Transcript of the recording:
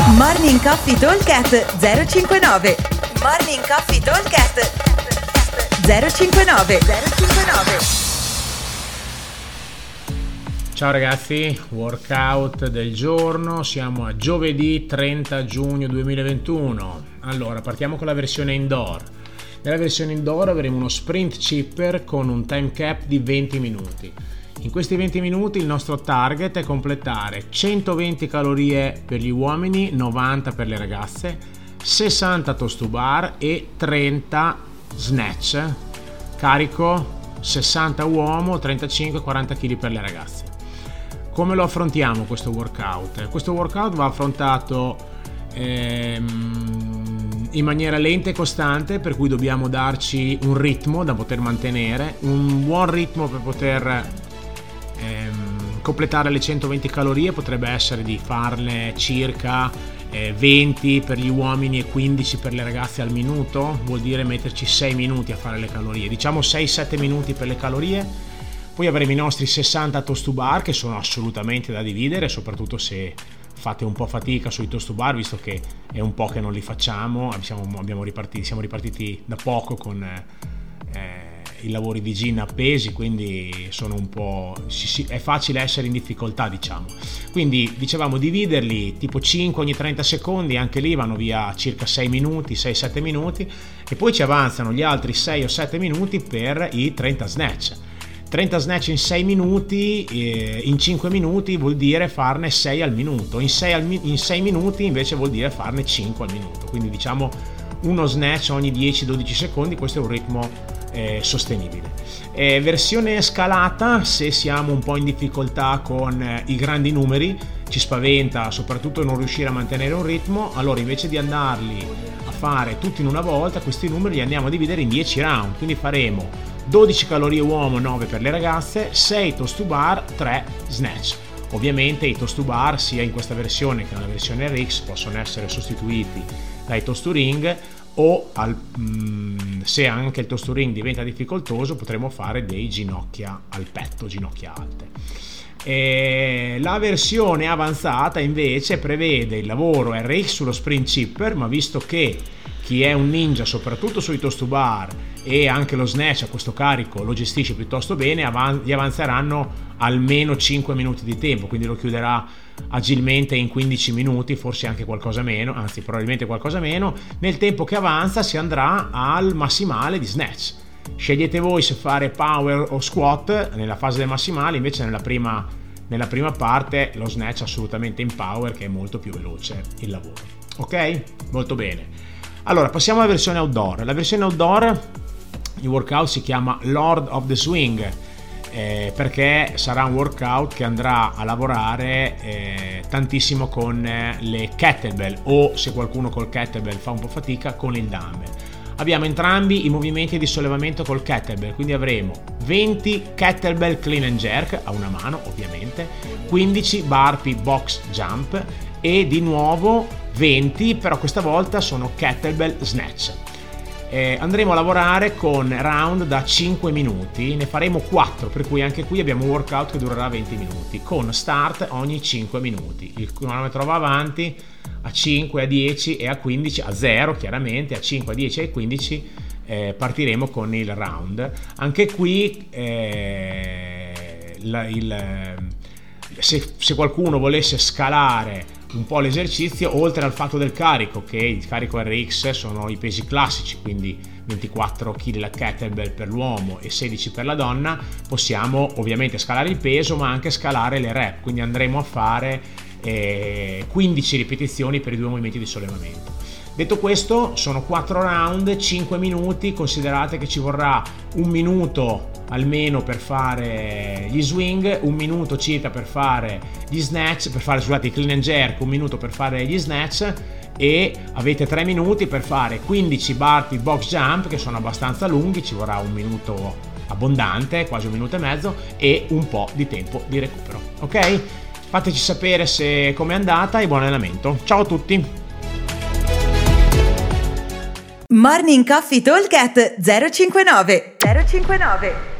Morning Coffee Talkcast 059. Morning Coffee Talkcast 059. Ciao ragazzi, workout del giorno, siamo a giovedì 30 giugno 2021. Allora, partiamo con la versione indoor. Nella versione indoor avremo uno sprint chipper con un time cap di 20 minuti. In questi 20 minuti il nostro target è completare 120 calorie per gli uomini, 90 per le ragazze, 60 toast to bar e 30 snatch, carico 60 uomo, 35-40 kg per le ragazze. Come lo affrontiamo questo workout? Questo workout va affrontato in maniera lenta e costante, per cui dobbiamo darci un ritmo da poter mantenere, un buon ritmo per poter completare le 120 calorie potrebbe essere di farne circa 20 per gli uomini e 15 per le ragazze al minuto, vuol dire metterci 6 minuti a fare le calorie, diciamo 6-7 minuti per le calorie. Poi avremo i nostri 60 toast to bar che sono assolutamente da dividere, soprattutto se fate un po' fatica sui toast to bar, visto che è un po' che non li facciamo, siamo ripartiti da poco con i lavori di gin appesi, quindi sono un po' è facile essere in difficoltà, diciamo. Quindi dicevamo dividerli tipo 5 ogni 30 secondi, anche lì vanno via circa 6 minuti, 6-7 minuti, e poi ci avanzano gli altri 6 o 7 minuti per i 30 snatch. 30 snatch in 6 minuti, in 5 minuti vuol dire farne 6 al minuto, in 6 minuti invece vuol dire farne 5 al minuto, quindi diciamo uno snatch ogni 10-12 secondi, questo è un ritmo sostenibile. Versione scalata, se siamo un po' in difficoltà con i grandi numeri, ci spaventa soprattutto non riuscire a mantenere un ritmo, allora invece di andarli a fare tutti in una volta, questi numeri li andiamo a dividere in 10 round, quindi faremo 12 calorie uomo, 9 per le ragazze, 6 toast to bar, 3 snatch. Ovviamente i toast to bar sia in questa versione che nella versione RX possono essere sostituiti dai toast to ring, o se anche il toast to ring diventa difficoltoso potremo fare dei ginocchia al petto, ginocchia alte. La versione avanzata invece prevede il lavoro RX sullo sprint chipper, ma visto che chi è un ninja soprattutto sui toast to bar e anche lo snatch a questo carico lo gestisce piuttosto bene, gli avanzeranno almeno 5 minuti di tempo, quindi lo chiuderà agilmente in 15 minuti, forse anche qualcosa meno, anzi probabilmente qualcosa meno. Nel tempo che avanza si andrà al massimale di snatch. Scegliete voi se fare power o squat nella fase del massimale, invece nella prima parte lo snatch assolutamente in power, che è molto più veloce il lavoro. Ok? Molto bene. Allora passiamo alla versione outdoor. La versione outdoor, il workout si chiama Lord of the Swing, perché sarà un workout che andrà a lavorare tantissimo con le kettlebell, o se qualcuno col kettlebell fa un po' fatica, con il dumbbell. Abbiamo entrambi i movimenti di sollevamento col kettlebell, quindi avremo 20 kettlebell clean and jerk a una mano ovviamente, 15 burpee box jump e di nuovo 20, però questa volta sono kettlebell snatch. Andremo a lavorare con round da 5 minuti, ne faremo 4, per cui anche qui abbiamo un workout che durerà 20 minuti, con start ogni 5 minuti. Il cronometro va avanti a 5, a 10 e a 15, a 0 chiaramente, a 5, a 10 e a 15 partiremo con il round. Anche qui se qualcuno volesse scalare un po' l'esercizio, oltre al fatto del carico, che il carico RX sono i pesi classici, quindi 24 kg la kettlebell per l'uomo e 16 per la donna, possiamo ovviamente scalare il peso ma anche scalare le rep, quindi andremo a fare 15 ripetizioni per i due movimenti di sollevamento. Detto questo, sono 4 round, 5 minuti, considerate che ci vorrà un minuto almeno per fare gli swing, un minuto circa per fare gli snatch, i clean and jerk, un minuto per fare gli snatch, e avete 3 minuti per fare 15 burpee box jump, che sono abbastanza lunghi, ci vorrà un minuto abbondante, quasi un minuto e mezzo, e un po' di tempo di recupero. Ok? Fateci sapere com'è andata e buon allenamento. Ciao a tutti! Morning Coffee Talkcast 059.